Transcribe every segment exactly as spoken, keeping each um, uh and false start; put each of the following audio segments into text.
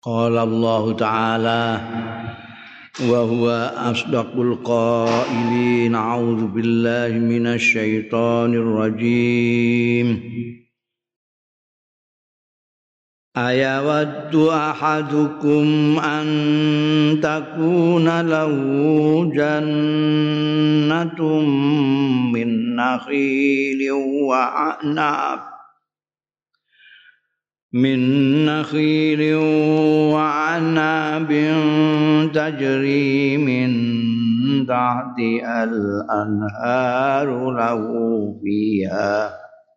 Qala Allah Ta'ala wa huwa asdaqul qailin a'udzu billahi minasy syaithanir rajim ayawaddu ahadukum an takuna lahu jannatum min nakhilin wa a'nab min nakhilin wa anabin tajri min tahti al-anharu lahu fiha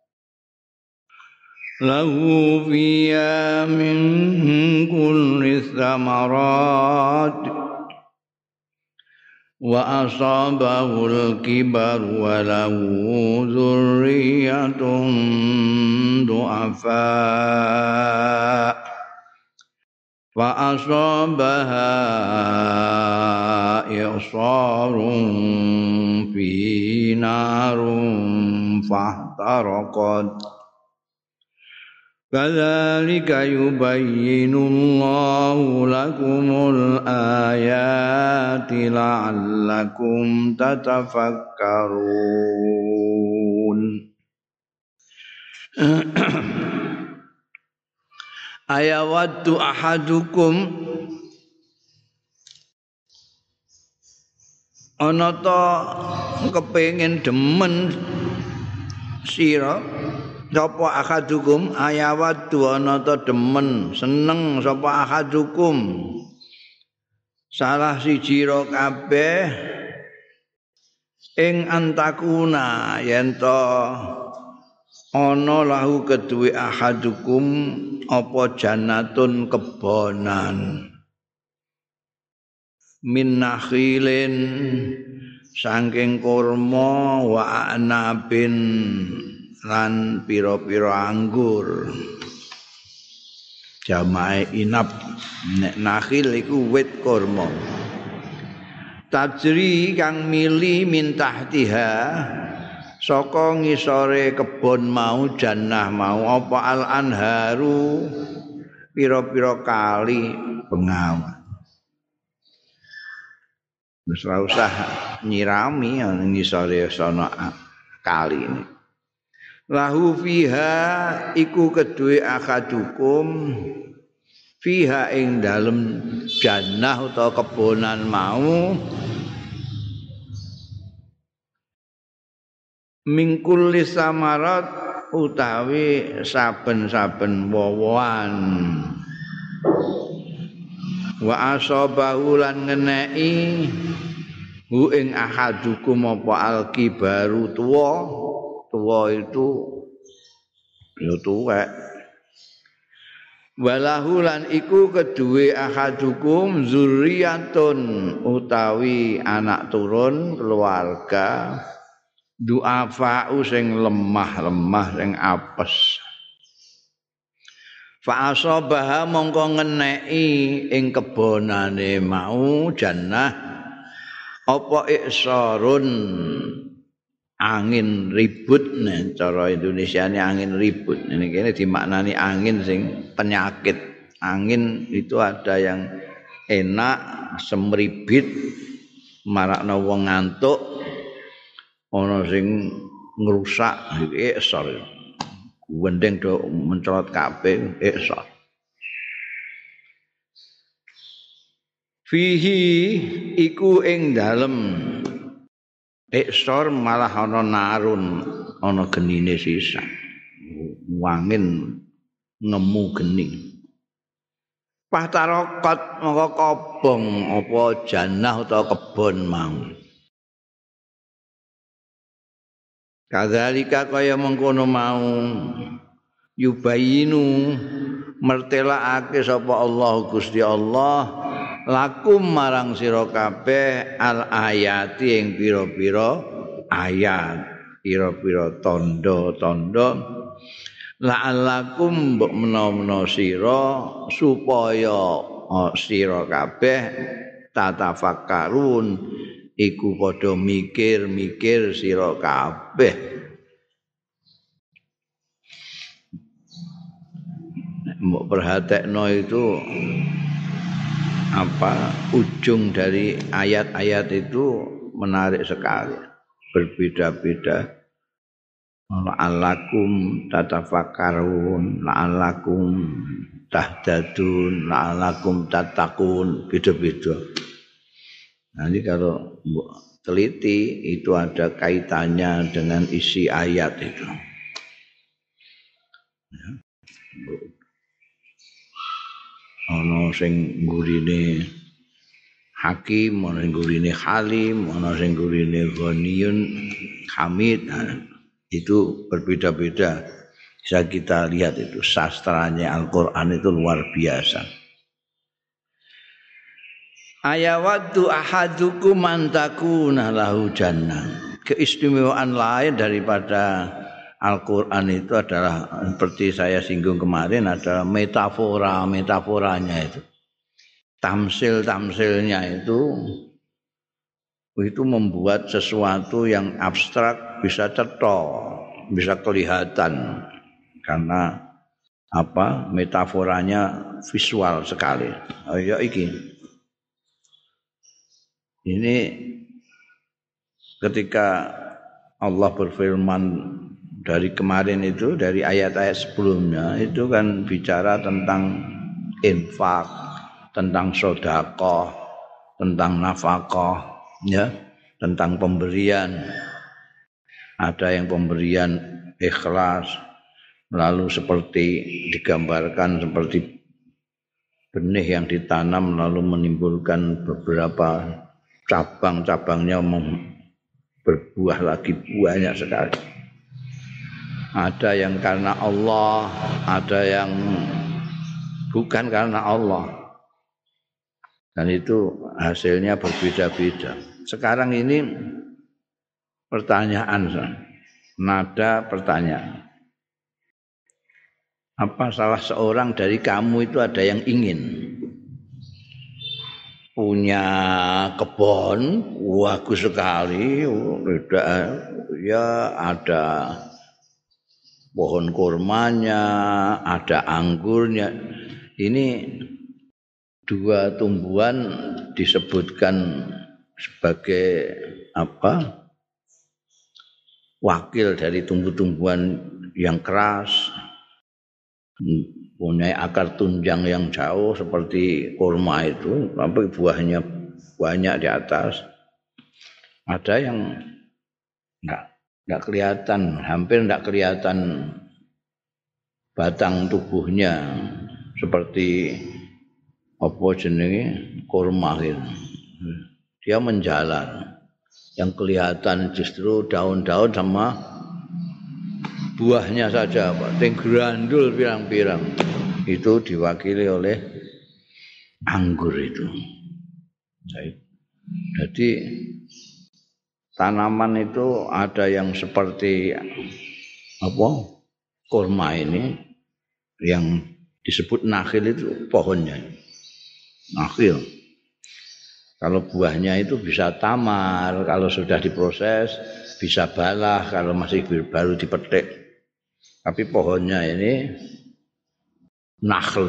lahu fiha min kulli thamarat wa asabahul kibar wa lahu dzurriyyatun du'afa fa asabaha i'sarun fi narun fahtaraqat kadzalika yubayyinullahu lakumul ayati la'allakum tatafakkarun. Ayawaddu ahadukum ana ta kepengin demen sira sapa ahadukum ayawaddu ana ta demen seneng sapa ahadukum salah siji ro kabeh ing antakuna yen to ana lahu kedue ahadukum apa jannatun kebonan min nakhilin saking kurma wa anabin lan pira-pira anggur jamae inab nek nakhil iku wit kurma tajri kang mili min tahtiha saka ngisore kebon mau jannah mau apa al anharu pira-pira kali bengawan wis ora usah nyirami ngisore sono kali ini lahu fiha iku kedue akadukum fiha ing dalem jannah utawa kebonan mau mingkul samarat utawi saben-saben wowoan wa asabahu lan ngeneki hu ing ahadukum apa alkibaru tuwa tuwa itu ya tuwek walahu lan iku kedue ahadukum zurriyatun utawi anak turun keluarga du'afa'u sing lemah-lemah sing apes fa asabaha mongko ngeneki ing kebonane mau jannah apa iksarun angin ribut nek cara Indonesiane angin ribut ini kene dimaknani angin sing penyakit angin itu ada yang enak semribit marakna wong ngantuk ana sing ngrusak iksar wendeng do mencolot kabeh iksar fihi iku ing dalem iksar malah ana narun ana genine sisan wangin ngemu geni pahtarokot mongko kobong apa jannah utawa kebon mau kadzalika kaya mengkono mau yubayinu mertelaake sapa Allah Gusti Allah lakum marang sira kabeh al ayati ing pira-pira ayat pira-pira tanda-tanda la'allakum mbok menawa sira supaya sira kabeh tatafakkarun iku padha mikir-mikir sira kabeh mbok perhatekno itu apa ujung dari ayat-ayat itu menarik sekali, berbeda-beda. La'allakum tatafakkarun, la'allakum tahtadun, la'allakum tattaqun, beda-beda. Nanti kalau teliti itu ada kaitannya dengan isi ayat itu. Ya. Ana sing gurine Hakim, ana sing gurine Halim, ana sing gurine Ghaniyun Hamid. Nah, itu berbeda-beda. Bisa kita lihat itu sastranya Al-Qur'an itu luar biasa. Ayawaddu ahadukum an takuna lahu jannah. Keistimewaan lain daripada Al-Qur'an itu adalah seperti saya singgung kemarin adalah metafora, metaforanya itu. Tamsil-tamsilnya itu itu membuat sesuatu yang abstrak bisa cetha, bisa kelihatan karena apa? Metaforanya visual sekali. Oh ya iki. Ini ketika Allah berfirman dari kemarin itu, dari ayat-ayat sebelumnya itu kan bicara tentang infak, tentang sedekah, tentang nafkah, ya, tentang pemberian. Ada yang pemberian ikhlas, lalu seperti digambarkan seperti benih yang ditanam lalu menimbulkan beberapa cabang-cabangnya berbuah lagi banyak sekali. Ada yang karena Allah, ada yang bukan karena Allah. Dan itu hasilnya berbeda-beda. Sekarang ini pertanyaan, nada pertanyaan. Apa salah seorang dari kamu itu ada yang ingin punya kebun bagus sekali, ya ada pohon kurmanya, ada anggurnya. Ini dua tumbuhan disebutkan sebagai apa? Wakil dari tumbuh-tumbuhan yang keras, punya akar tunjang yang jauh seperti kurma itu, sampai buahnya banyak di atas. Ada yang enggak enggak kelihatan, hampir enggak kelihatan batang tubuhnya seperti apa jenenge kurma itu. Dia menjalar. Yang kelihatan justru daun-daun sama buahnya saja, Pak. Ting grandul pirang-pirang. Itu diwakili oleh anggur itu. Jadi tanaman itu ada yang seperti apa? Kurma ini yang disebut nakhil itu pohonnya. Nakhil. Kalau buahnya itu bisa tamar, kalau sudah diproses bisa balah, kalau masih baru dipetik. Tapi pohonnya ini nakhl.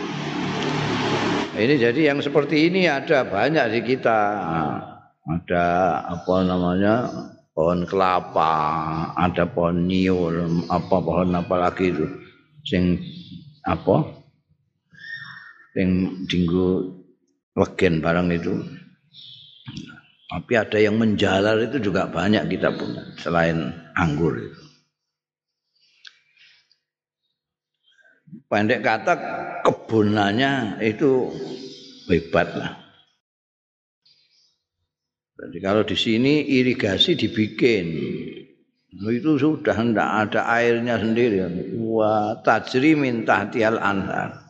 Ini jadi yang seperti ini ada banyak di kita. Ada apa namanya? Pohon kelapa, ada pohon niur, apa pohon apa lagi itu? Sing apa? Sing dinggo legen barang itu. Tapi ada yang menjalar itu juga banyak kita punya selain anggur itu. Pendek kata kebunannya itu hebat lah. Jadi kalau di sini irigasi dibikin, itu sudah tidak ada airnya sendiri. Wah, tajri min tahtiyal anhar.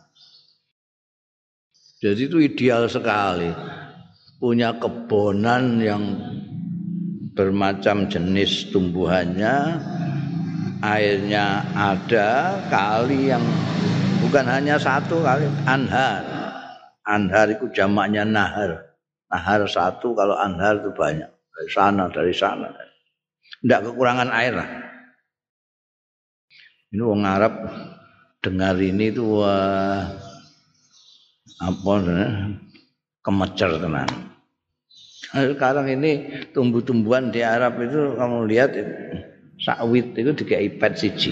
Jadi itu ideal sekali. Punya kebonan yang bermacam jenis tumbuhannya, airnya ada, kali yang bukan hanya satu kali, anhar. Anhar itu jamaknya nahar. Nahar satu, kalau anhar itu banyak. Dari sana, dari sana. Tidak kekurangan air lah. Ini orang Arab dengar ini tuh wah apa kemecer tenan. Sekarang ini tumbuh-tumbuhan di Arab itu kamu lihat sawit itu dikai pet siji.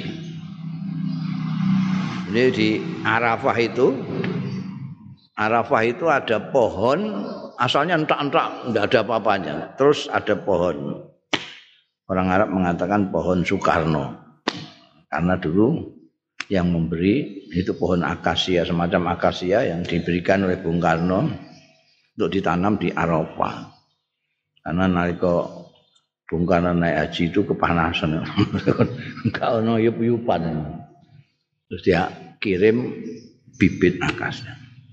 Jadi di Arafah itu Arafah itu ada pohon asalnya entak-entak enggak ada apa-apanya. Terus ada pohon. Orang Arab mengatakan pohon Soekarno. Karena dulu yang memberi itu pohon akasia, semacam akasia yang diberikan oleh Bung Karno untuk ditanam di Arafah. Karena nalika Bung Karno naik haji itu kepanasan. Enggak ono yup-yupan. Terus dia kirim bibit akasia.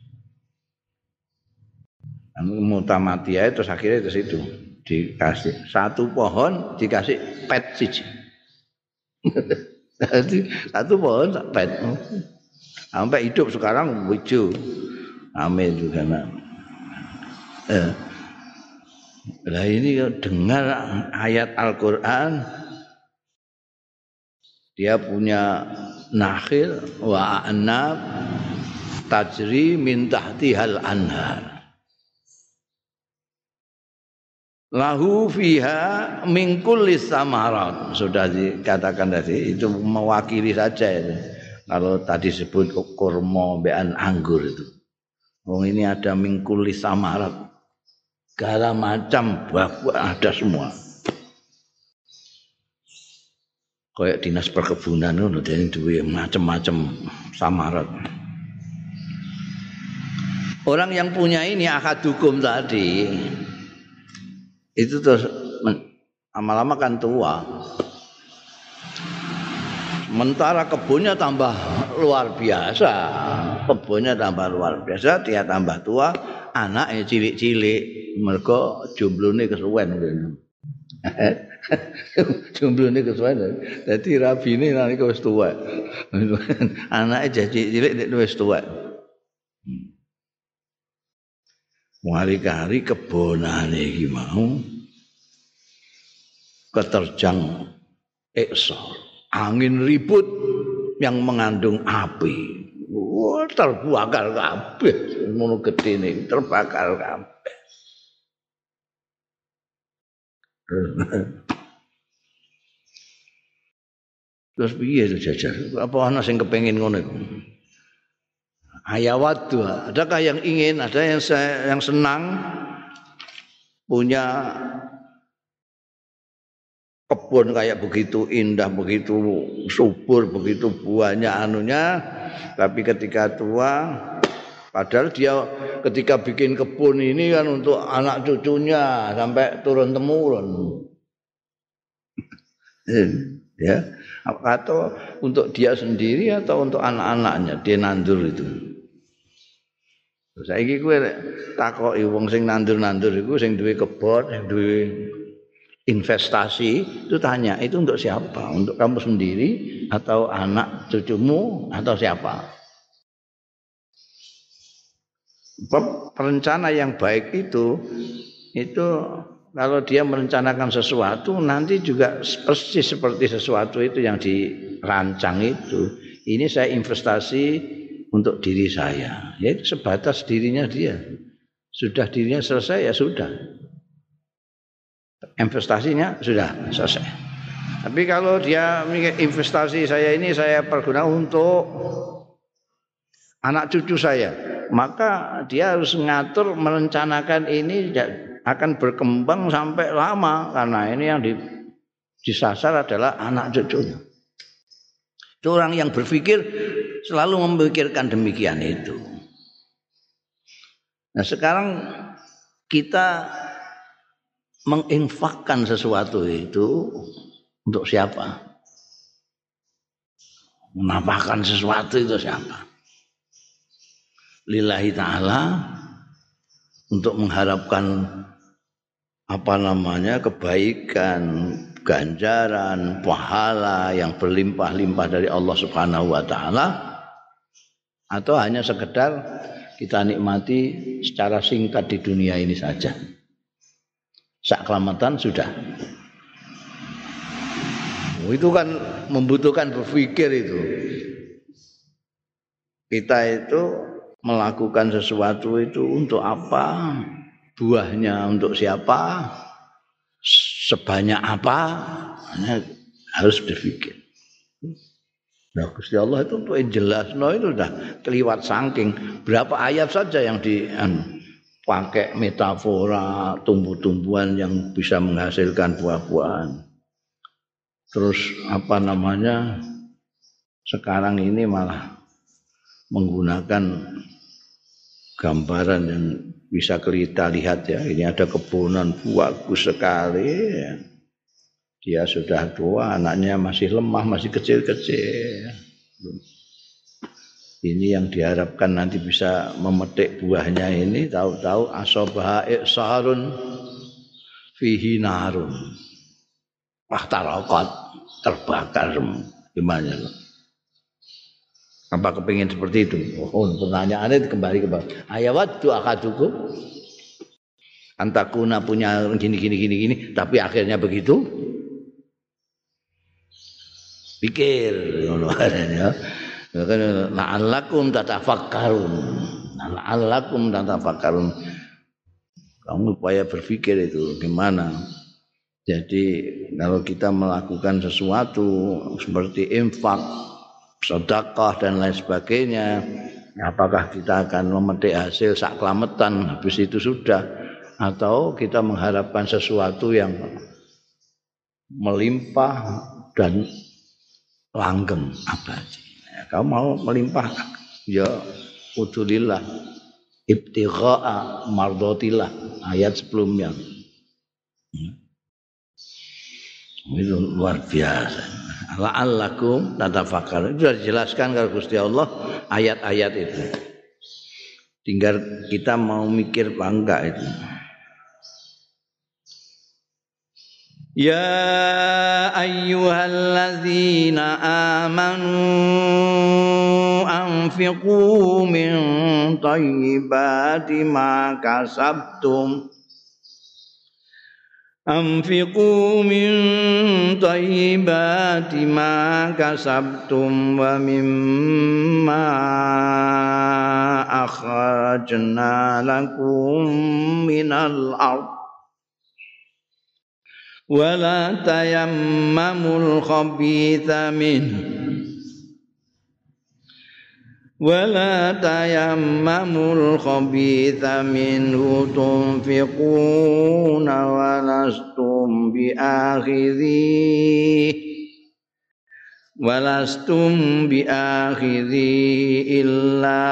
Mutamatia terus akhirnya itu situ dikasih satu pohon dikasih pet siji. Jadi satu pohon pet. Sampai hidup sekarang hijau. Amin juga nak. Eh. Nah ini dengar ayat Al-Qur'an dia punya nakhil wa anab tajri min tahtihal anhar. Lahu fiha min kulli samarat. Sudah dikatakan tadi itu mewakili saja itu. Kalau tadi sebut kurma bean anggur itu. Oh ini ada min kulli samarat. Segala macam buah ada semua. Kayak dinas perkebunan ngono dene duwe macam-macam samarat. Orang yang punya ini akadukum tadi itu terus lama-lama kan tua. Sementara kebunnya tambah luar biasa. Kebunnya tambah luar biasa, dia tambah tua, anaknya cilik-cilik, mergo jumlahnya kesuwen. Jumlahnya kesuwen. Dadi rabine nalika wis tua. Anaknya jadi cilik nek wis tua. Hari-hari kebonane iki mau keterjang eksor, angin ribut yang mengandung api. Wah, terbakar kabeh. Ngono gedene terbakar kabeh. Terus piye itu jajar? Apa ana sing kepengin ngono iku? Ayawatu, adakah yang ingin, ada yang saya, yang senang punya kebun kayak begitu indah, begitu subur, begitu banyak anunya, tapi ketika tua, padahal dia ketika bikin kebun ini kan untuk anak cucunya sampai turun temurun, ya, atau untuk dia sendiri atau untuk anak-anaknya dia nandur itu. Saiki kowe takoki wong sing nandur-nandur iku sing duwe kebon, sing duwe investasi, itu tanya, itu untuk siapa? Untuk kamu sendiri atau anak cucumu atau siapa? Perencana yang baik itu itu kalau dia merencanakan sesuatu nanti juga persis seperti sesuatu itu yang dirancang itu. Ini saya investasi untuk diri saya, ya itu sebatas dirinya dia. Sudah dirinya selesai ya sudah. Investasinya sudah selesai. Tapi kalau dia mikir investasi saya ini saya pergunakan untuk anak cucu saya, maka dia harus mengatur merencanakan ini akan berkembang sampai lama karena ini yang disasar adalah anak cucunya. Itu orang yang berpikir selalu memikirkan demikian itu. Nah sekarang kita menginfakkan sesuatu itu untuk siapa? Menapakkan sesuatu itu siapa? Lillahi ta'ala, untuk mengharapkan apa namanya kebaikan, ganjaran, pahala yang berlimpah-limpah dari Allah Subhanahu wa taala, atau hanya sekedar kita nikmati secara singkat di dunia ini saja. Sak kelamatan sudah. Oh, itu kan membutuhkan berpikir itu. kita itu melakukan sesuatu itu untuk apa? Buahnya untuk siapa? Sebanyak apa? Nah, harus berpikir. Nah, Gusti Allah itu untuk jelas, no itu sudah keliwat saking berapa ayat saja yang di anu, pakai metafora tumbuh-tumbuhan yang bisa menghasilkan buah-buahan. Terus apa namanya? Sekarang ini malah menggunakan gambaran yang bisa kita lihat ya. Ini ada kebunan bagus sekali. Ya. Dia sudah tua, anaknya masih lemah, masih kecil-kecil. Ini yang diharapkan nanti bisa memetik buahnya ini, tahu-tahu asobah iksarun fihi narun. Pahtarakot, terbakar gimana loh. Apa kepingin seperti itu? Oh, pertanyaannya kembali ke bawah. Ayawat doa akadukum antakuna punya gini gini gini gini, tapi akhirnya begitu. Pikir ngono ya. La'allakum tatafakkarun. La'allakum tatafakkarun. Kamu upaya berpikir itu gimana? Jadi kalau kita melakukan sesuatu seperti infak, sedekah dan lain sebagainya, apakah kita akan memetik hasil sak klametan habis itu sudah, atau kita mengharapkan sesuatu yang melimpah dan langgeng abadi. Ya, kamu mau melimpah ya udulillah ibtigha'a mardotillah ayat sebelumnya. Hmm. Itu luar biasa. La'allakum tatafakkarun. Itu sudah dijelaskan kalau Gusti Allah ayat-ayat itu. Tinggal kita mau mikir apa enggak itu. Ya ayyuhalladzina amanu anfiqu min thayyibati ma kasabtum anfiqu min thayyibati ma kasabtum wa mimma akhrajna lakum minal ardh wala tayammamul khabitha minhu wala tayammamul khabitha minhu tunfiquna walastum biakhidhi walastum biakhidhi illa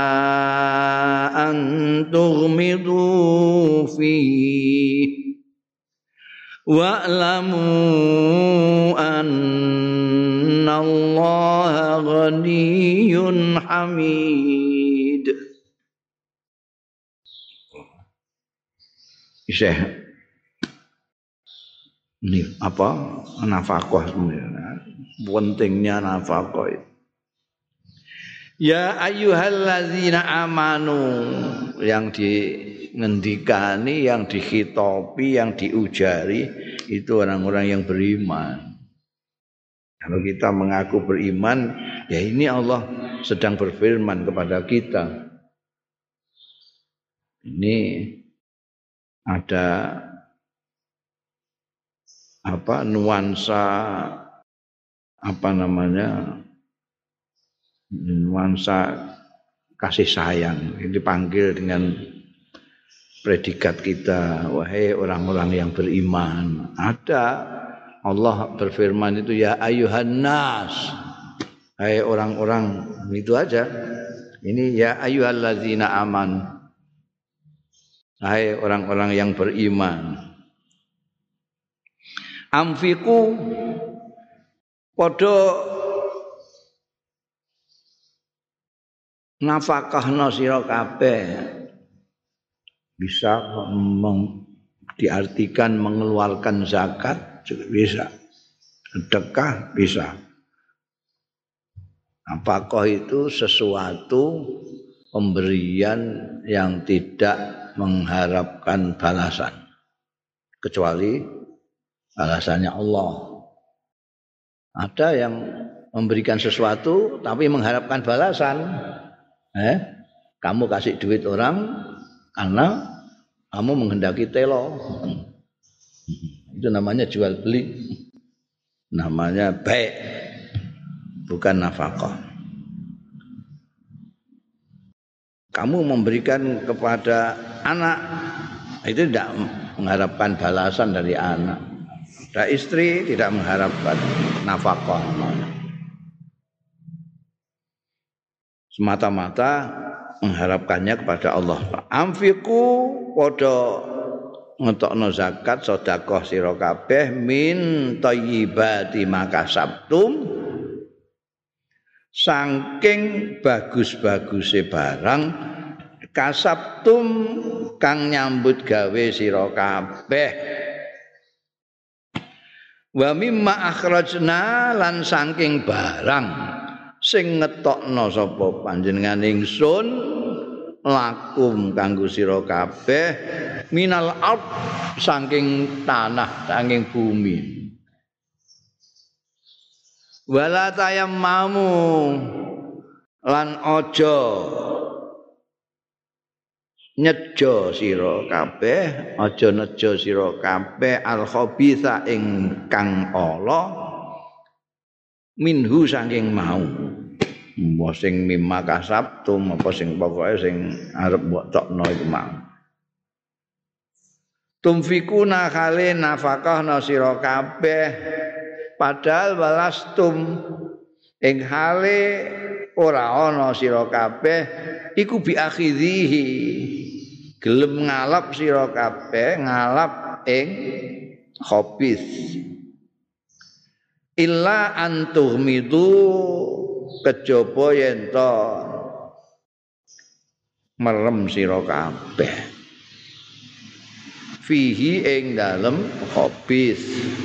an tughmidu fihi wa'lamu annallaha ghaniyyun hamid. Syekh ini apa nafkah pentingnya nafkah itu. Ya ayyuhalladzina amanu yang dingendikani, yang dikhitopi, yang diujari itu orang-orang yang beriman. Kalau kita mengaku beriman, ya ini Allah sedang berfirman kepada kita. Ini ada apa nuansa apa namanya? Nuansa kasih sayang. Ini dipanggil dengan predikat kita, wahai orang-orang yang beriman. Ada Allah berfirman itu ya ayyuhan nas, hai orang-orang, itu aja. Ini ya ayyuhalladzina aman, hai orang-orang yang beriman. Amfiku padha nafakahna sira kabeh. Bisa meng, diartikan mengeluarkan zakat juga bisa, sedekah bisa. Apakah itu sesuatu pemberian yang tidak mengharapkan balasan kecuali balasannya Allah. Ada yang memberikan sesuatu tapi mengharapkan balasan. Eh, kamu kasih duit orang karena kamu menghendaki telo. Itu namanya jual beli. Namanya baik, bukan nafkah. Kamu memberikan kepada anak itu tidak mengharapkan balasan dari anak. Dan istri tidak mengharapkan nafkah. Semata-mata mengharapkannya kepada Allah. Amfiku podo ngetokno zakat sedekah sira kabeh min thayyibati makasabtum saking bagus-baguse barang kasabtum kang nyambut gawe sira kabeh wa mimma akhrajna lan saking barang sing ngetokno sapa panjenengan ingsun lakum kanggo sira kabeh minal ard saking tanah saking bumi wala tayammamu lan aja nyejo sira kabeh aja nejo sira kabeh al khabitha ingkang ala minhu saking mau mbok sing mimma kasabtum apa sing pokoke sing arep mbok tokno iku mau tumfikuna khale nafakahna sira kabeh padahal walastum ing hale ora ana sira kabeh iku bi akhidhihi gelem ngalap sira kabeh ngalap ing khabith illa antuhmidu kejaba yen to merem sira kabeh fihi ing dalem khabith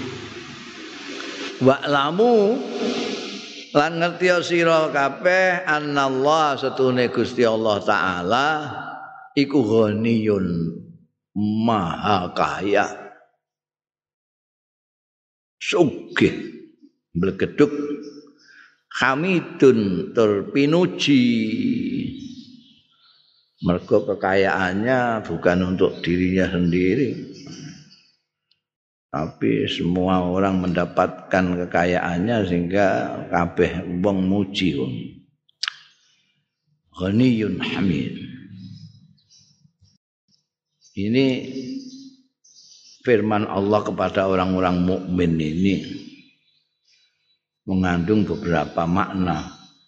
wa'lamu lan ngerti sira kabeh annallah setune Gusti Allah taala iku ghaniyun maha kaya sugih mblegeduk hamidun tur pinuji mergo kekayaannya bukan untuk dirinya sendiri tapi semua orang mendapatkan kekayaannya sehingga kabeh wong muji wong. Ghaniyun hamid. Ini firman Allah kepada orang-orang mukmin ini mengandung beberapa makna.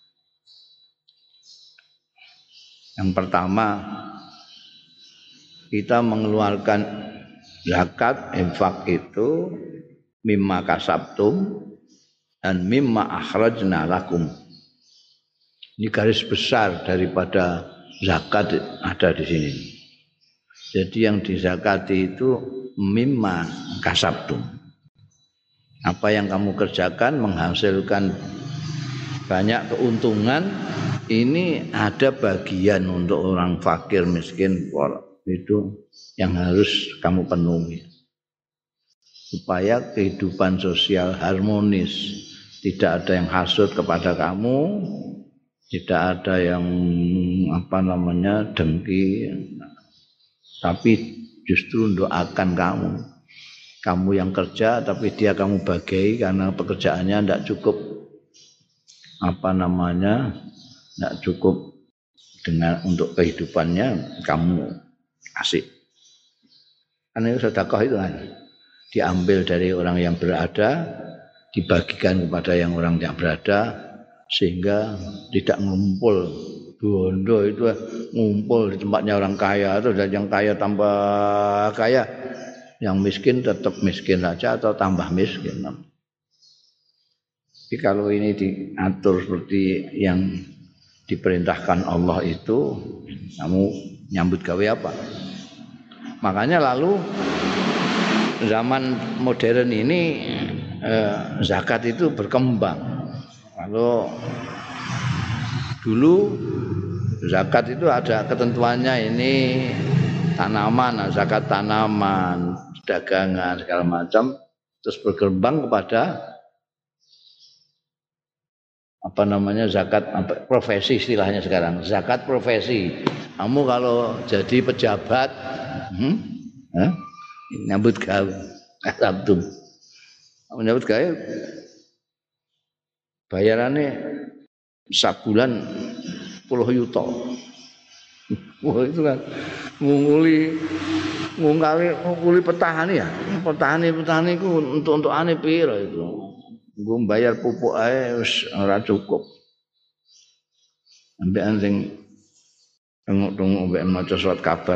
Yang pertama, kita mengeluarkan zakat infak itu mimma kasabtum dan mimma akhrajna lakum. Ini garis besar daripada zakat ada di sini. Jadi yang dizakati itu mimma kasabtum. Apa yang kamu kerjakan menghasilkan banyak keuntungan, ini ada bagian untuk orang fakir miskin itu yang harus kamu penuhi supaya kehidupan sosial harmonis, tidak ada yang hasut kepada kamu, tidak ada yang apa namanya dengki, tapi justru mendoakan kamu kamu yang kerja tapi dia kamu bagai karena pekerjaannya tidak cukup apa namanya tidak cukup dengan untuk kehidupannya kamu asik. Karena itu sedekah itu kan diambil dari orang yang berada, dibagikan kepada yang orang yang berada, sehingga tidak ngumpul. Bondo itu ngumpul di tempatnya orang kaya itu, dan yang kaya tambah kaya, yang miskin tetap miskin saja atau tambah miskin. Jadi kalau ini diatur seperti yang diperintahkan Allah itu, kamu nyambut gawe apa? Makanya lalu zaman modern ini eh, zakat itu berkembang. Kalau dulu zakat itu ada ketentuannya, ini tanaman, zakat tanaman, dagangan segala macam, terus berkembang kepada apa namanya zakat apa, profesi istilahnya sekarang, zakat profesi. Kamu kalau jadi pejabat, hmm, eh, nyambut gawe, Sabtu, nyambut gawe, bayarannya sabulan puluh yuto. Wah itu kan ngunguli, ngungkali, ngunguli petani ya, petani petani itu untuk untuk ane piro itu. Gue bayar pupuk aja wis ora cukup. Ambekan sing tengok-tengok mbek maca surat kabar.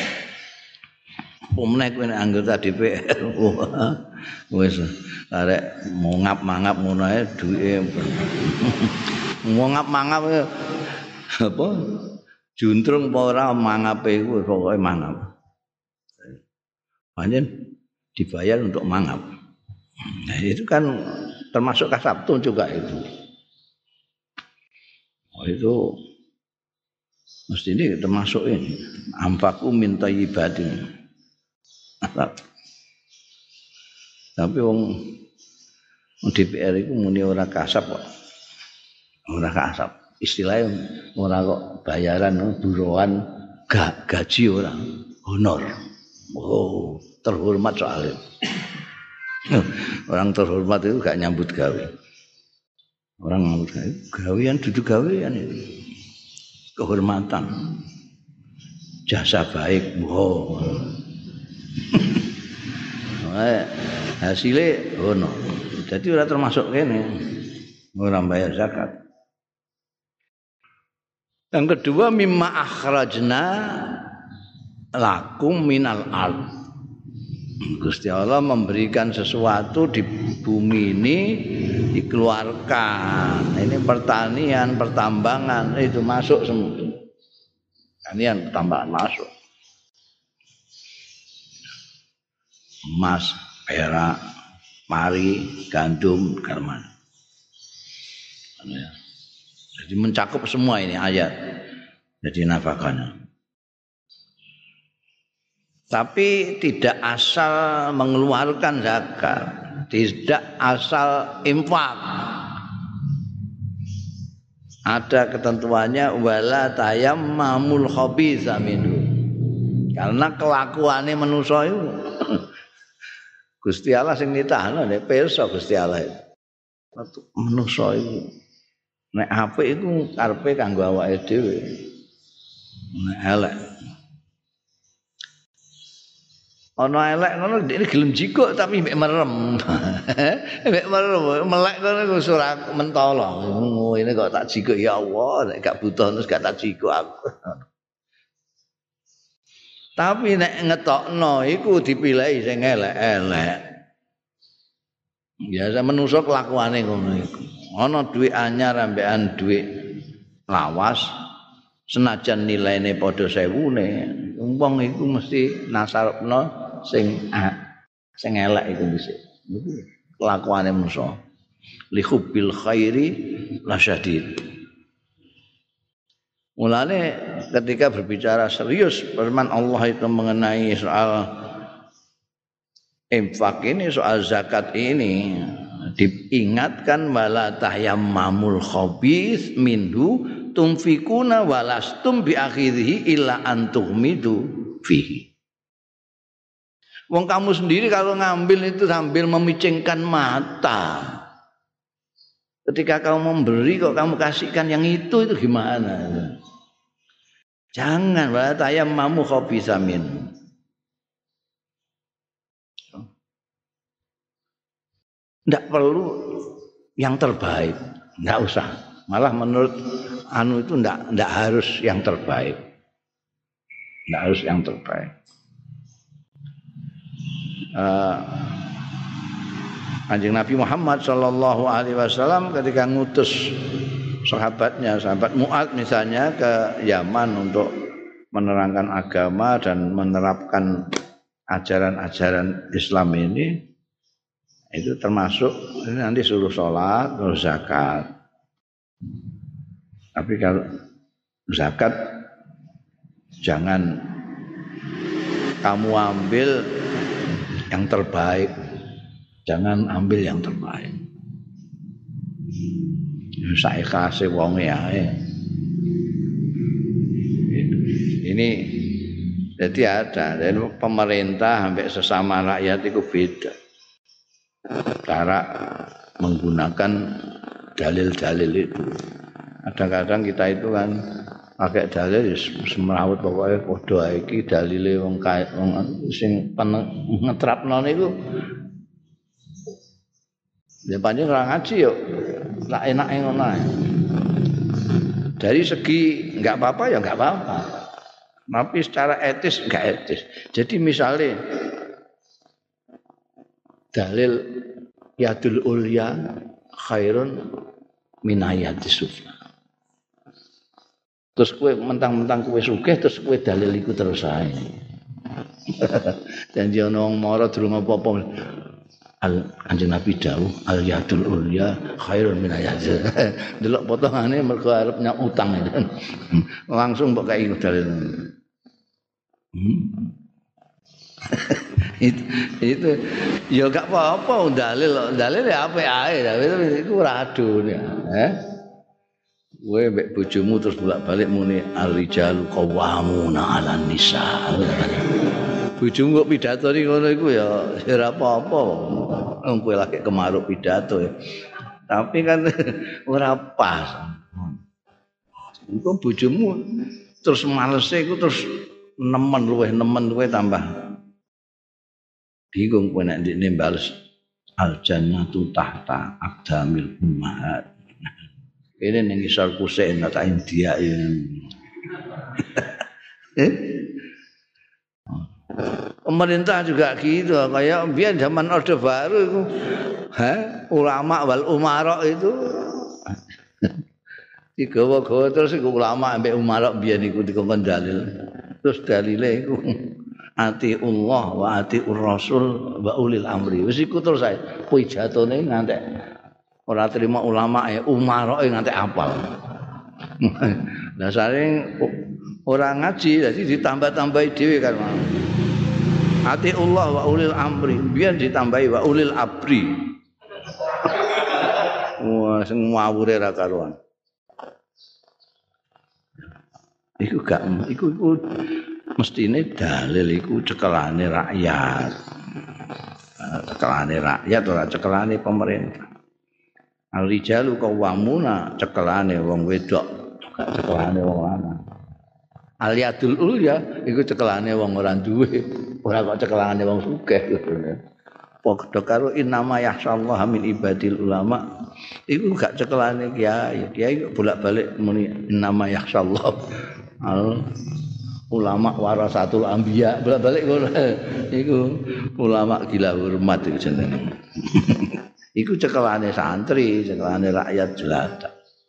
Pomnek kowe nek anggota D P R. Wis arek mongap-mangap ngono ae duwike. Mongap-mangap apa? Juntrung apa ora mangape iku pokoke mangap. Pancen dibayar untuk mangap. Nah, itu kan termasuk kasabtu juga itu. Oh, itu mesti ini termasuk ini. Ampaku min thayyibatin. Tapi wong D P R itu muni ora kasab kok. Ora kasab. Istilahnya ora kok bayaran buruan gak gaji ora. Honor. Oh, terhormat soalnya. Orang terhormat itu gak nyambut gawe. Orang nyambut gawe, gawean duduk gawean itu. Kehormatan. Jasa baik, wow. Hasilnya ono. Jadi ora termasuk kene. Ora bayar zakat. Yang kedua mimma akhrajna lakum minal ardh. Gusti Allah memberikan sesuatu di bumi ini dikeluarkan. Ini pertanian, pertambangan itu masuk semua. Pertanian, pertambangan masuk. Emas, perak, pari, gandum, karman. Jadi mencakup semua ini ayat. Jadi nafkahnya. Tapi tidak asal mengeluarkan zakat, tidak asal infak. Ada ketentuannya wala tayammamul khabitha minhu. Karena kelakuane manusa iku Gusti Allah sing nitahno nek pirsa Gusti Allah. Manusa iku nek apik iku karepe kanggo awake dhewe. Nek elek ana elek ngono iki gelem jikuk tapi mek merem. Mek merem melek ngono wis ora mentolo. Ngene kok tak jikuk ya Allah, nek gak butuh terus gak tak jikuk aku. Tapi nek ngetokno iku dipilih sing elek-elek. Biasa menungso kelakuane ngono iku. Ana dhuwit anyar ambekan dhuwit lawas senajan nilaine padha sewune, wong iku mesti nasarepno sing ah, sing elek iku dhisik. Niku kelakuane manusa. Li hubbil khairi lasyadid. Mulane ketika berbicara serius firman Allah itu mengenai soal infak ini, soal zakat ini diingatkan wala tayammamul khabith minhu tumfikuna walastum bi akhirihi illa antuhmidu fihi. Wong kamu sendiri kalau ngambil itu sambil memicingkan mata. Ketika kamu memberi kok kamu kasihkan yang itu itu gimana? Jangan wala tayammamu khabitha min. Tidak perlu yang terbaik, tidak usah. Malah menurut anu itu tidak tidak harus yang terbaik, tidak harus yang terbaik. Uh, Kanjeng Nabi Muhammad Shallallahu Alaihi Wasallam ketika ngutus sahabatnya, sahabat Mu'adz misalnya ke Yaman untuk menerangkan agama dan menerapkan ajaran-ajaran Islam ini, itu termasuk ini nanti suruh sholat, suruh zakat. Tapi kalau zakat jangan kamu ambil yang terbaik, jangan ambil yang terbaik. Saikhlase wonge ae. Ini jadi ada, dan pemerintah sampai sesama rakyat itu beda cara menggunakan dalil-dalil itu. Kadang-kadang kita itu kan pakai dalil semrawut pokoknya padha iki dalile wong sing ngetrapno niku ya pancen ora ngaji yo lak enake ngono ae. Dari segi enggak apa-apa ya enggak apa-apa. Tapi secara etis enggak etis. Jadi misalnya dalil yadul ulya khairun minayatis sufla. Terus kowe mentang-mentang kowe sugih terus kowe dalil iku terus ae. Dan dia ono wong mara durung apa-apa. Al Kanjeng Nabi dawuh al yadul ulya khairun minayatis. Delok potongane mergo arep nyak utang itu. Langsung mbok kei dalil. Hmm. itu, itu ya gak apa-apa dalil dalil ya apik ae tapi iku ora adun ya eh kowe mbek bojomu terus bolak-balik muni ar-rijalu qawwamuna 'alan nisa bojomu kok pidato iki ngono iku ya ora apa-apa wong kowe lagi kemaruk pidato ya tapi kan ora pas iku bojomu terus malese iku terus nemen luweh nemen kowe tambah bingung kowe nek ndekne bales al jannatu tahta aqdamil ummahat. Ini ning isor kusik nek tak India ya. Pemerintah juga gitu kayak biar zaman Orde Baru itu ha ulama wal umara itu digawa-gawa terus iku ulama ambek umara biyen iku dikon dalil. Terus dalile iku ati Allah wa ati Rasul wa ulil amri. Wis iku terus ae pijatone ngantek ora terima ulama e umaroke ngantek apal. Lah saring ora ngaji dadi ditambah-tambahi dhewe kan. Ati Allah wa ulil amri, biyen ditambahi wa ulil abri. Wah, sing ngawure ra karuan. Iku gak iku iku mestine dalil iku cekelane rakyat. Cekelane rakyat ora cekelane pemerintah. Al-rijalu qawwamuna cekelane wong wedok, gak cekelane wong lanang. Al-yadul ulya iku cekelane wong ora duwe, ora kok cekelane wong sugih ngono. Padha karo innama yahsallaha min ibadil ulama iku gak cekelane kiai. Kiai bolak-balik muni innama yahsallahu al ulama warasatul anbiya bolak-balik ngono. Iku ulama gila hormat iku jenenge. Iku cekelane santri, cekelane rakyat jelata.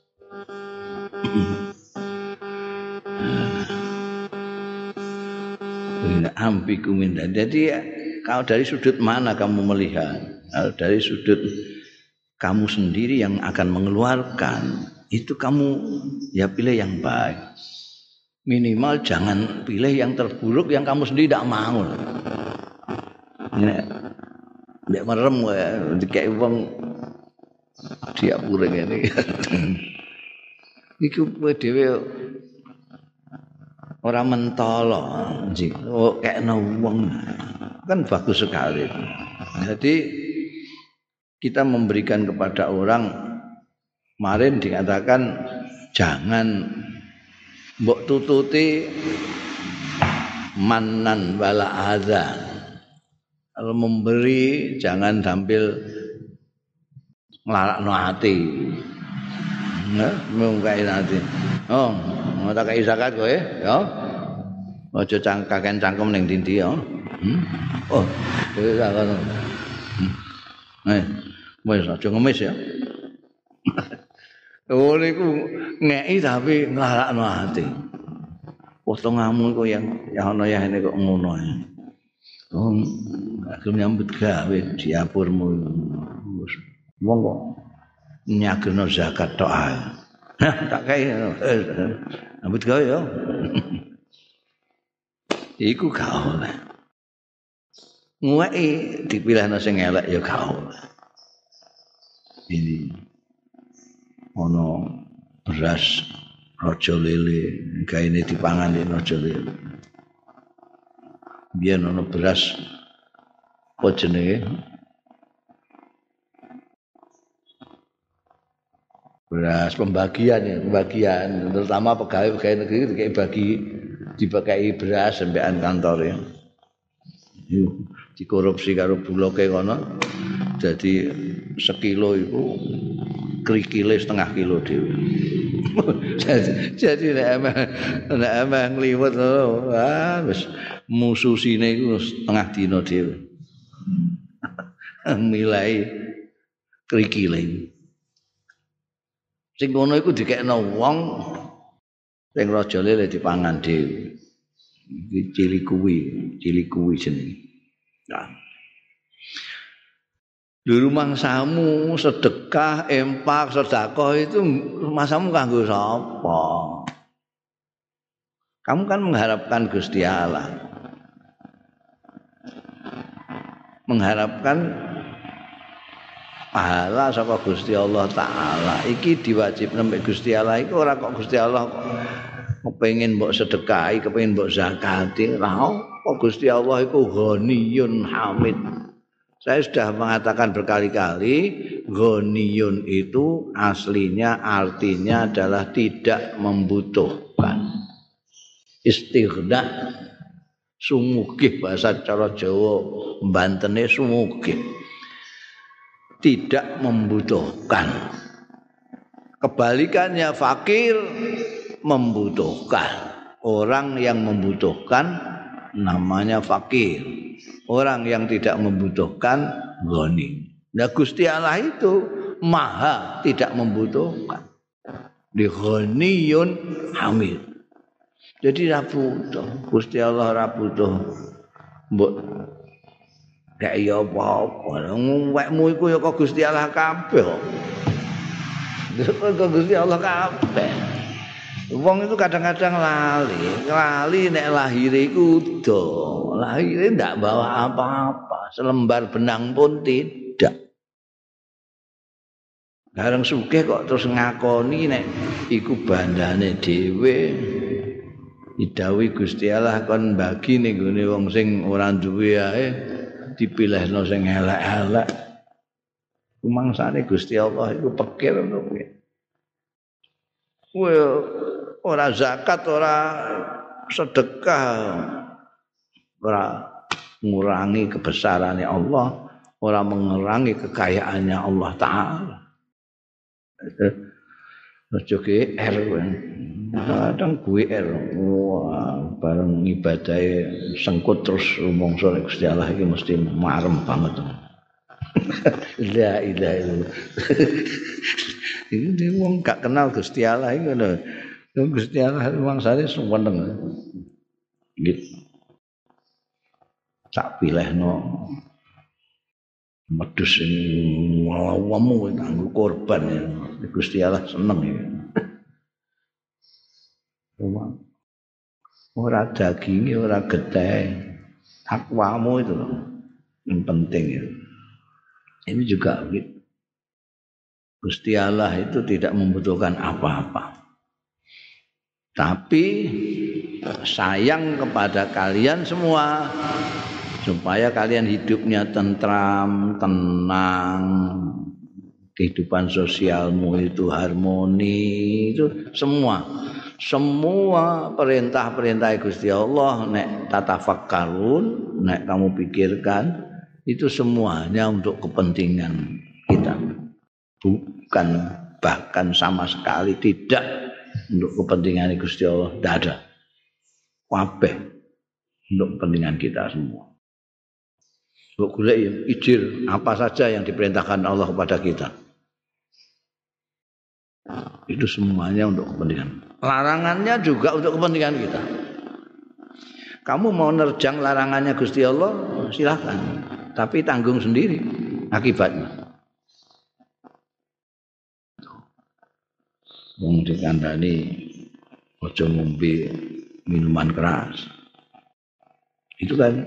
Ini ambiku minda. Jadi kalau dari sudut mana kamu melihat? Kalau dari sudut kamu sendiri yang akan mengeluarkan, itu kamu ya pilih yang baik. Minimal jangan pilih yang terburuk yang kamu sendiri tidak mau. Ini nek merem ya dikek wong diapure ngene. Iku kowe dhewe ora mentolo nji. Oh kekno wong kan bagus sekali. Jadi kita memberikan kepada orang kemarin dikatakan jangan mbok tututi manan wala azan. Kalau memberi jangan sambil nglarakno ati. Nah, mungkai ati. Oh, mau tak kei zakat kowe, ya. Aja cangkaken cangkem ning ndi ya. Hmm? Oh, kowe zakat. Hmm. Eh, wis aja ngemis ya. Oh niku ngeki tapi nglarakno ati. Potonganmu kok yang ya ana ya ini kok ngono ya. Oh, aku nyambut gawe diapurmu. Wong kok nyageno zakat tok ae. Nah, tak kae nyambut gawe ya. Iku gak oleh. Nguweki dipilihno sing elek ya gak oleh. Ini ana beras raja lele gaene dipangan nek raja lele biyen ana beras apa jenenge beras pembagian ya pembagian terutama pegawai-pegawai negeri dikai bagi dipakai beras sampean kantor ya dikorupsi karo buloke kono jadi sekilo itu krikile setengah kilo dhewe. Jadi nek emang nek emang ngliwet ngono, ah wis mususine iku setengah dina dhewe. Milai krikile. Sing ngono iku dikekno wong sing raja lele dipangan dhewe. Iki cili kuwi, cili kuwi jenenge. Nah. Di rumah samu sedekah, empak, sedekah itu rumah samu kanggo sapa? Kamu kan mengharapkan Gusti Allah. Mengharapkan pahala saka Gusti Allah taala. Iki diwajibne mek Gusti Allah iku ora kok Gusti Allah kok kepengin mbok sedekahi, kepengin mbok zakati, ra kok Gusti Allah iku ghaniyun hamid. Saya sudah mengatakan berkali-kali, ghaniyun itu aslinya artinya adalah tidak membutuhkan. Istighna sumugih bahasa cara Jawa Bantene sumugih. Tidak membutuhkan. Kebalikannya fakir membutuhkan. Orang yang membutuhkan namanya fakir. Orang yang tidak membutuhkan ghani. Nah Gusti Allah itu maha tidak membutuhkan. Di ghaniyun hamid. Jadi ra butuh. Gusti Allah ra butuh mbok gak ya apa-apa. Wekmu iku ya kok Gusti Allah kabeh kok. Kok Gusti Allah kabeh. Wong itu kadang-kadang lali, lali nek lahire iku udo. Lahire ndak bawa apa-apa, selembar benang pun tidak. Bareng sugih kok terus ngakoni nek iku bandane dhewe. Didhawuhi Gusti Allah kon bagi ning gone wong sing ora duwe ae dipilihno sing elek-elek. Kumangsane Gusti Allah iku pikir ngono kuwi. Kuwi ora zakat, ora sedekah, ora mengurangi kebesarannya Allah, ora mengurangi kekayaannya Allah Ta'ala. Ojo G R kadang gue R wah bareng ibadahe sengkut terus rumangsa nek Gusti Allah iki mesti marem banget. La ilaha illallah. Ini wong gak kenal Gusti Allah iki ngono. Gusti Allah rumangsane seneng. Gitu. Sak pilehno medhus sing wawamu nganggo korban ya. Gusti Allah seneng ya. Ora daginge, ora getih. Takwamu itu loh. Yang penting ya. Ini juga gitu. Gusti Allah itu tidak membutuhkan apa-apa. Tapi sayang kepada kalian semua supaya kalian hidupnya tentram, tenang, kehidupan sosialmu itu harmoni, itu semua semua perintah-perintah Gusti Allah nek tatafakkarun, nek kamu pikirkan itu semuanya untuk kepentingan kita. Bukan bahkan sama sekali tidak untuk kepentingan Gusti Allah, tidak ada. Kabeh untuk kepentingan kita semua. Mbok golek ya ijil apa saja yang diperintahkan Allah kepada kita. Itu semuanya untuk kepentingan. Larangannya juga untuk kepentingan kita. Kamu mau nerjang larangannya Gusti Allah, silakan. Tapi tanggung sendiri akibatnya. Wong dikandani aja ngombe minuman keras. Itu kan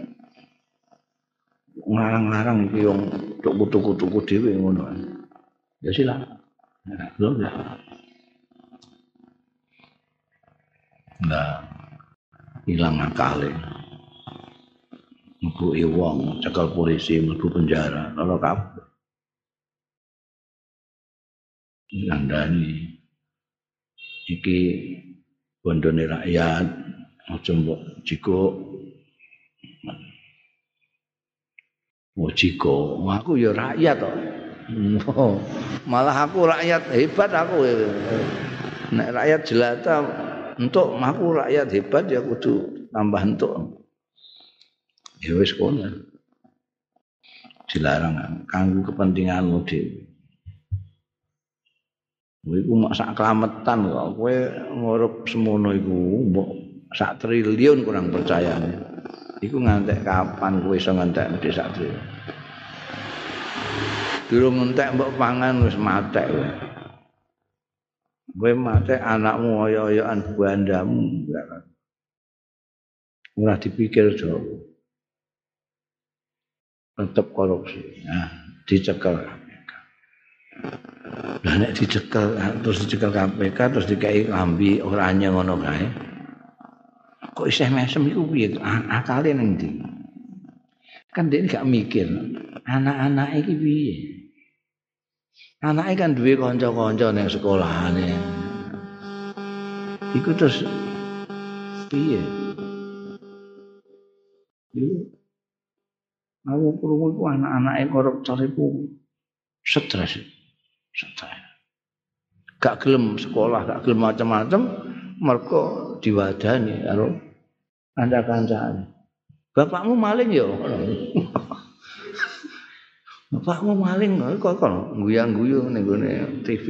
ngarang-larang iki wong tuku-tuku dhewe ngono. Ya silakan. Nah, hilang akale. Mlebu wong, cekel polisi, mlebu penjara, lara kabeh. Ngandani iki bondone rakyat, aja mbok jikuk. Oh jiko, aku ya rakyat kok. Malah aku rakyat hebat aku. Nek rakyat jelata entuk aku rakyat hebat ya kudu tambah entuk. Ya wis kono. Dilarang kanggo kepentinganmu dhewe. Kowe iku mak sak klametan kok kowe ngurup semono iku mbok sak triliun kurang percayane. Iku ngantek kapan kowe iso ngantek medhi sak triliun? Durung entek mbok pangan wis matek kowe. Kowe matek anakmu oyo-oyoan bandamu. Ora dipikir do. Tetep korupsi. Nah, dicekel K P K. Lah nek dicekel terus dicekel K P K terus dikai lambi oranye ngono kae. Kok isih mesem iku piye? Akale ning ndi? Kan dia gak mikir anak-anak iki piye. Anake kan duwe kanca-kanca ning sekolahane. Iku terus piye? Iku aku krungu iku anak-anake koruptor iku stres. Stres. Gak gelem sekolah, gak gelem macam-macam mergo diwadani karo kanca-kancane. Bapakmu maling ya. Bapakmu maling kok kok guyang-guyu ning gone T V.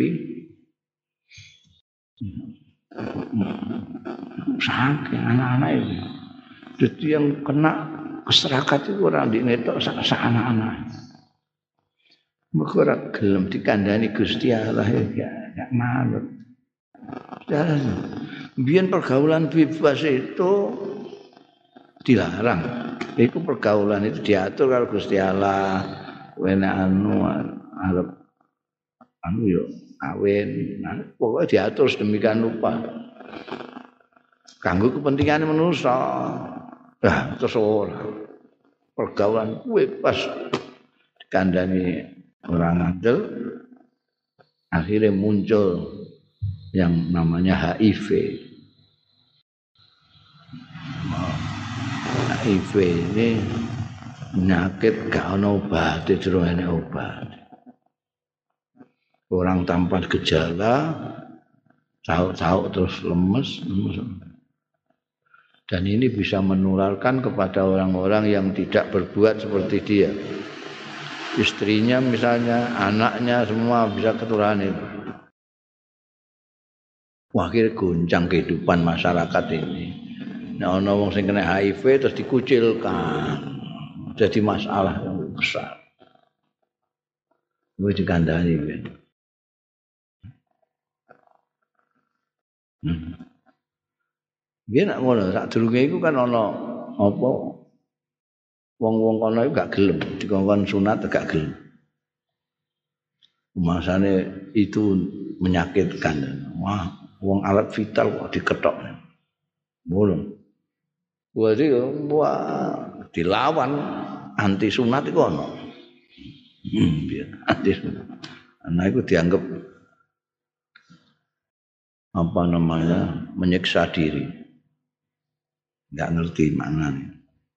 Saking anak-anak itu. Jadi yang kena keserakat itu ora ndekne tok sak anak-anak. Mergo ora gelem dikandani Gusti Allah ya gak manut. Jalan. Biyen pergaulan bebas itu dilarang. Iku pergaulan itu diatur karo Gusti Allah. Wene anu arep anu yo kawin. Nah, pokoknya diatur sedemikian rupa. Kanggo kepentingan manusia. Nah, terus ora. Pergaulan bebas dikandani orang ngandel. Akhirnya muncul yang namanya H I V. H I V ini penyakit gak ana obat, jero enek obat. Orang tanpa gejala, cauk-cauk terus lemes, lemes. Dan ini bisa menularkan kepada orang-orang yang tidak berbuat seperti dia. Istrinya misalnya, anaknya semua bisa ketularan itu. Wah, akhirnya goncang kehidupan masyarakat ini. Nah, ana wong sing kena H I V terus dikucilkan. Jadi masalah yang besar. Kuwi dikandani ben. Hmm. Biyen nek ngono sak durunge iku kan ana apa wong-wong kono iku gak gelem dikongkon sunat gak gelem. Masane itu menyakitkan. Wah, wong alat vital kok diketok. Ngono. Jadi wah dilawan anti sunat itu ono. Hmm, biar anti sunat. Nah itu dianggap apa namanya menyiksa diri. Enggak ngerti maknanya.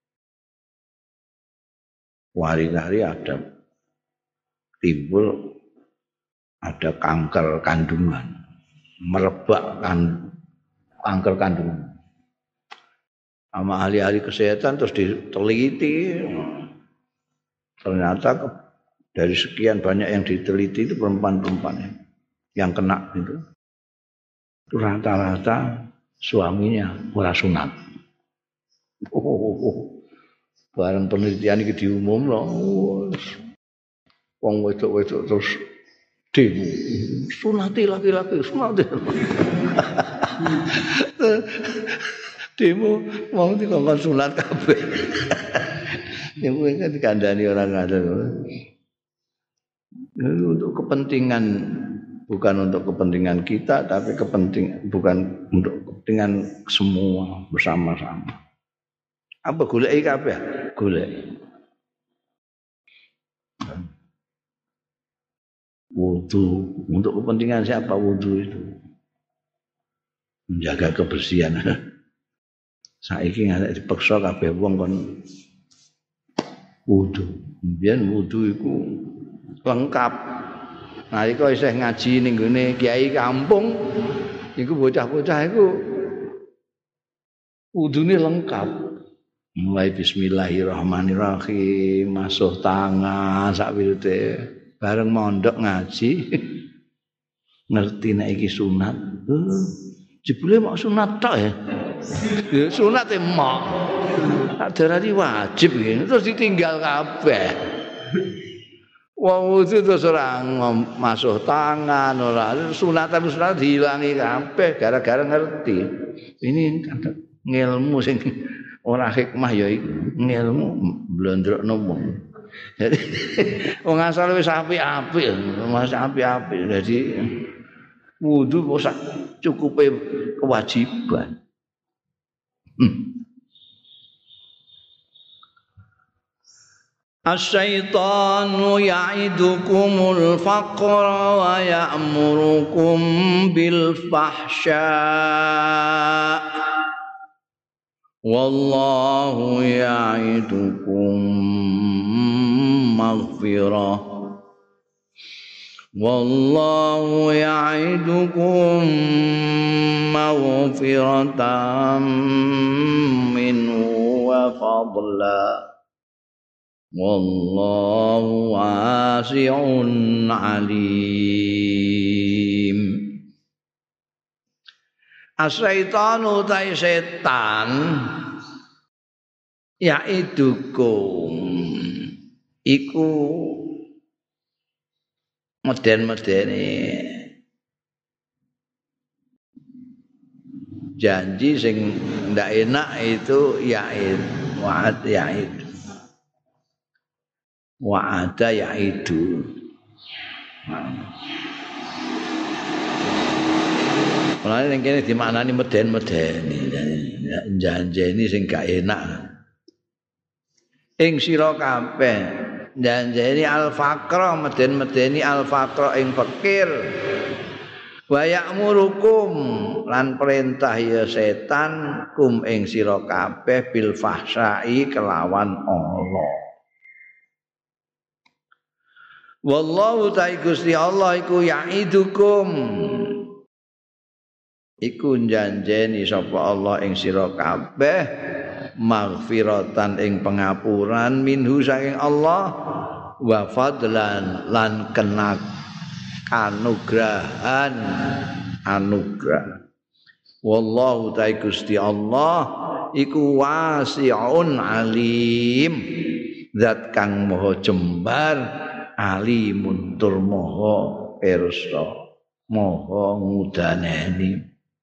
Hari-hari ada timbul ada kanker kandungan, merebak kan kanker kandungan. Sama ahli-ahli kesehatan terus diteliti, ternyata dari sekian banyak yang diteliti itu perempuan-perempuan yang kena itu, itu rata-rata suaminya ora sunat. Oh, oh, oh. Barang penelitian ini diumum loh, wong wedok-wedok terus demo, sunati laki-laki, sunati. Demo mau dikongkon sunat kabeh. Yang mungkin dikandani orang ada. Untuk kepentingan bukan untuk kepentingan kita tapi kepenting bukan untuk kepentingan semua bersama-sama. Apa goleki kabeh? Golek. Wudu untuk kepentingan siapa wudu itu? Menjaga kebersihan. Saiki nganti dipaksa kabeh wong kon wudu. Biyen wudu iku lengkap. Nalika isih ngaji ning gone kiai kampung iku bocah-bocah iku wudune lengkap. Mulai bismillahirrahmanirrahim, masuh tangan sak wirute bareng mondok ngaji ngerti nek iki sunat. Uh, jebule mok sunat tok ya. Ya sunat e mok. Tak darani wajib iki terus ditinggal kabeh. Wong wudu terus ora masuh tangan ora sunat tapi sunat diilangi kabeh gara-gara ngerti. Ini ngilmu sing ora hikmah ya iku ngilmu blondrokno wong. Jadi wong asal wis apik-apik, wis apik-apik. Jadi wudu kok sak cukupe kewajiban. Hmm. Asyaitanu ya'idukumul faqra wa ya'murukum bil fahsya' wallahu ya'idukum maghfirah wallahu ya'idukum maghfiratan minhu wa fadla wallahu wasi'un alim. Asyaitanu tai setan yaidukum iku meden-medene janji sing ndak enak itu yaid wa'ad yaid wa'ada yaidu. Mulane ning kene dimaknani meden-medeni janjeni sing gak enak. Ing sira kabeh janjeni al-faqra meden-medeni al-faqra ing fakir. Wa ya'murukum lan perintah ya setan kum ing sira kabeh bil fahsai kelawan Allah. Wallahu ta'ala Gusti Allah iku ya'idukum iku njanjeni sapa Allah ing sira kabeh maghfiratan ing pengapuran minhu saking Allah wa fadlan lan kenak anugrahan anugrah. Wallahu ta'ala Gusti Allah iku wasi'un alim zat kang maha jembar alimun tur maha pirsa maha ngudaneni.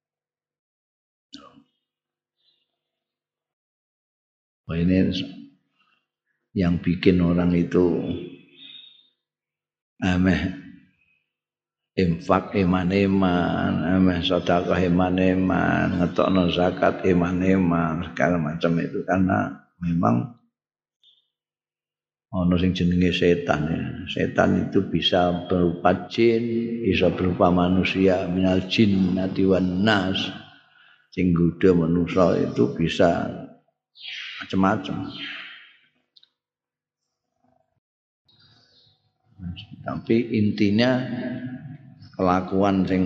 Ini yang bikin orang itu ameh infak iman-iman, ameh sedekah iman-iman, ngetokno zakat iman-iman, segala macam itu karena memang ono sing jenenge setan ya. Setan itu bisa berupa jin, bisa berupa manusia, minal jinnati wan nas. Sing godha manusa itu bisa macam-macam. Tapi intinya kelakuan sing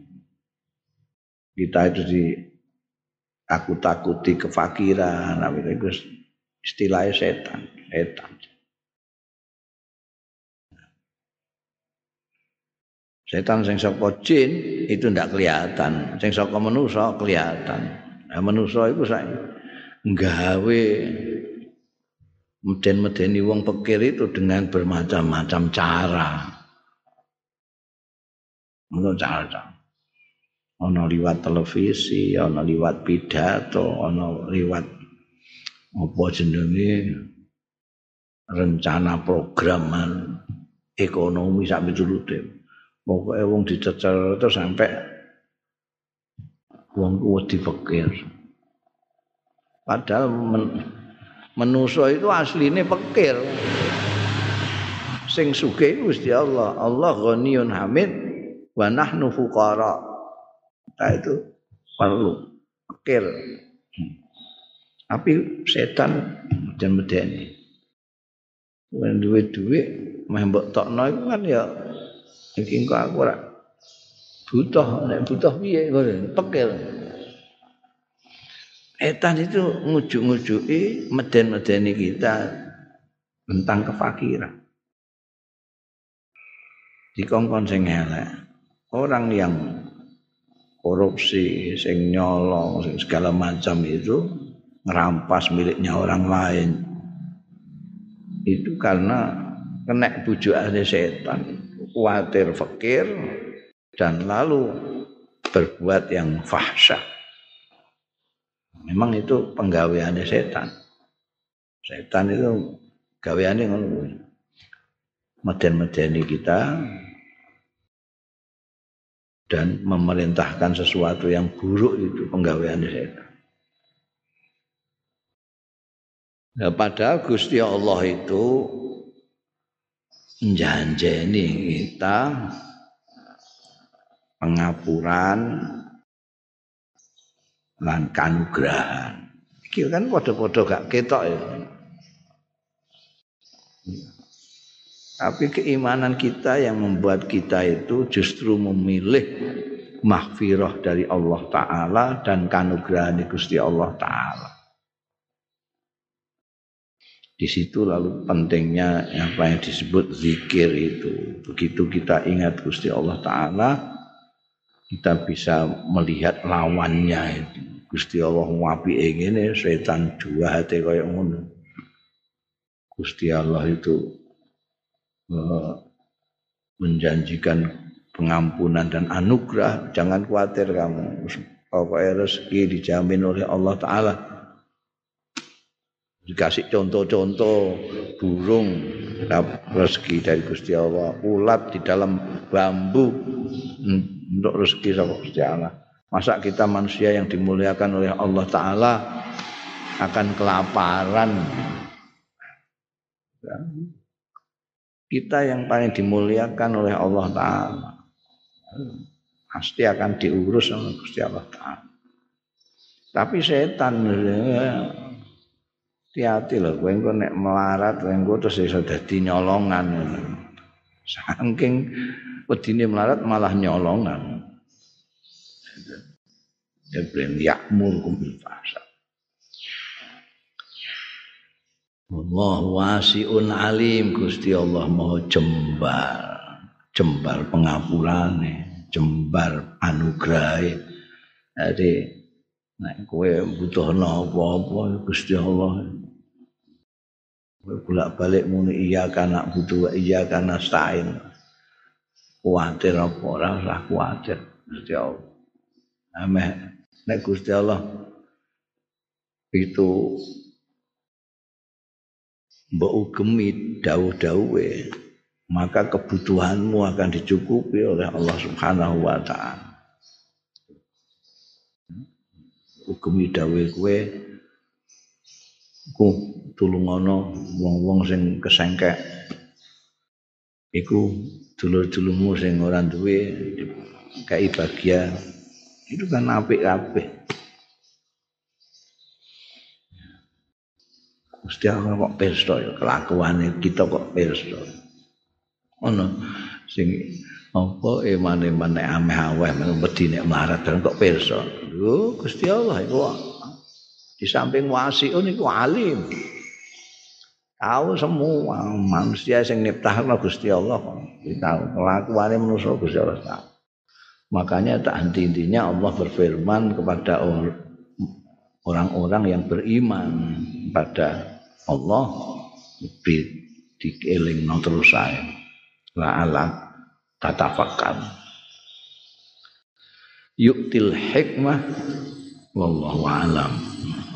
kita itu di takut-takuti kefakiran, itu istilahnya setan, setan. Setan sing saka jin itu ndak kelihatan, sing saka manusa kelihatan. Nah, manusa iku sak nggawe meden-medeni wong pikir itu dengan bermacam-macam cara. Ono cara. Ono liwat televisi, ono liwat pidato, ono liwat apa jenenge rencana programan ekonomi sak pitulute. Pokoke wong dicecer terus sampai wong kuwi dipikir. Padahal men, manusa itu asline pikir. Sing sugih Gusti Allah. Allah Ghaniyun Hamid wa nahnu fuqara. Nah itu perlu pikir. Tapi setan dan medeni. Wen duwe-duwe meh mbok tokno iku kan ya iki kok aku ora butuh nek butuh piye ngono pikir. Setan itu ngujuk-ngujuki meden-medeni kita tentang kefakiran. Dikongkon sing elek. Orang yang korupsi, sing nyolong, sing segala macam itu ngerampas miliknya orang lain. Itu karena kena bujukane setan, khawatir fakir dan lalu berbuat yang fahsya. Memang itu penggaweane setan. Setan itu gaweane ngono. Meden-medeni kita dan memerintahkan sesuatu yang buruk itu penggaweane setan. Nah, padahal Gusti Allah itu menjanjeni kita pengapuran lan kanugrahan. Iki kan padha-padha gak ketok ya. Tapi keimanan kita yang membuat kita itu justru memilih maghfirah dari Allah Ta'ala dan kanugrahan Gusti Allah Ta'ala. Di situ lalu pentingnya apa yang disebut zikir itu. Begitu kita ingat Gusti Allah Ta'ala, kita bisa melihat lawannya itu. Gusti Allah apike ngene, setan juwate kaya ngono. Gusti Allah itu uh, menjanjikan pengampunan dan anugerah. Jangan khawatir kamu. Pokoknya rezeki dijamin oleh Allah Ta'ala. Dikasih contoh-contoh burung rezeki dari Gusti Allah, ulat di dalam bambu untuk rezeki sama Gusti Allah. Masa kita manusia yang dimuliakan oleh Allah Ta'ala akan kelaparan? Kita yang paling dimuliakan oleh Allah Ta'ala pasti akan diurus oleh Gusti Allah Ta'ala. Tapi setan hati-hati loh, kowe engko nek melarat, kowe engko terus iso dadi nyolongan. Saking wedine melarat malah nyolongan. Ya ben yakmul bil fahsya. Allah wasi'un alim, Gusti Allah Maha jembar, jembar pengapurane, jembar anugrahe. Jadi nek kowe butuhna apa-apa Gusti Allah. Kowe bolak-balik muni iya kana butuh iya kana stain. Kuwatir apa ora usah kuwatir Gusti Allah. Ameh nek Gusti Allah itu mbok ugemi dawuh-dawuhe, maka kebutuhanmu akan dicukupi oleh Allah Subhanahu wa taala. Ugemi dawuhe kowe ku tulungono wong-wong sing kesengkek iku dulur-dulurmu sing ora duwe kai bagian itu kan apik kabeh. Gusti Allah kok pirsa ya kelakuane kita kok pirsa. Ono sing apa eman-eman nek ameh aweh wedi nek melarat kok pirsa. Lho Gusti Allah iku di samping wasiun iku alim. Tahu semua manusia sing nyiptakno Gusti Allah kok tahu kelakuane manusia Gusti Allah tahu. Makanya tak henti-hentinya Allah berfirman kepada orang-orang yang beriman pada Allah dikelingno terus sae. La'ala tatafakkan. Yuktil hikmah wallahu alam.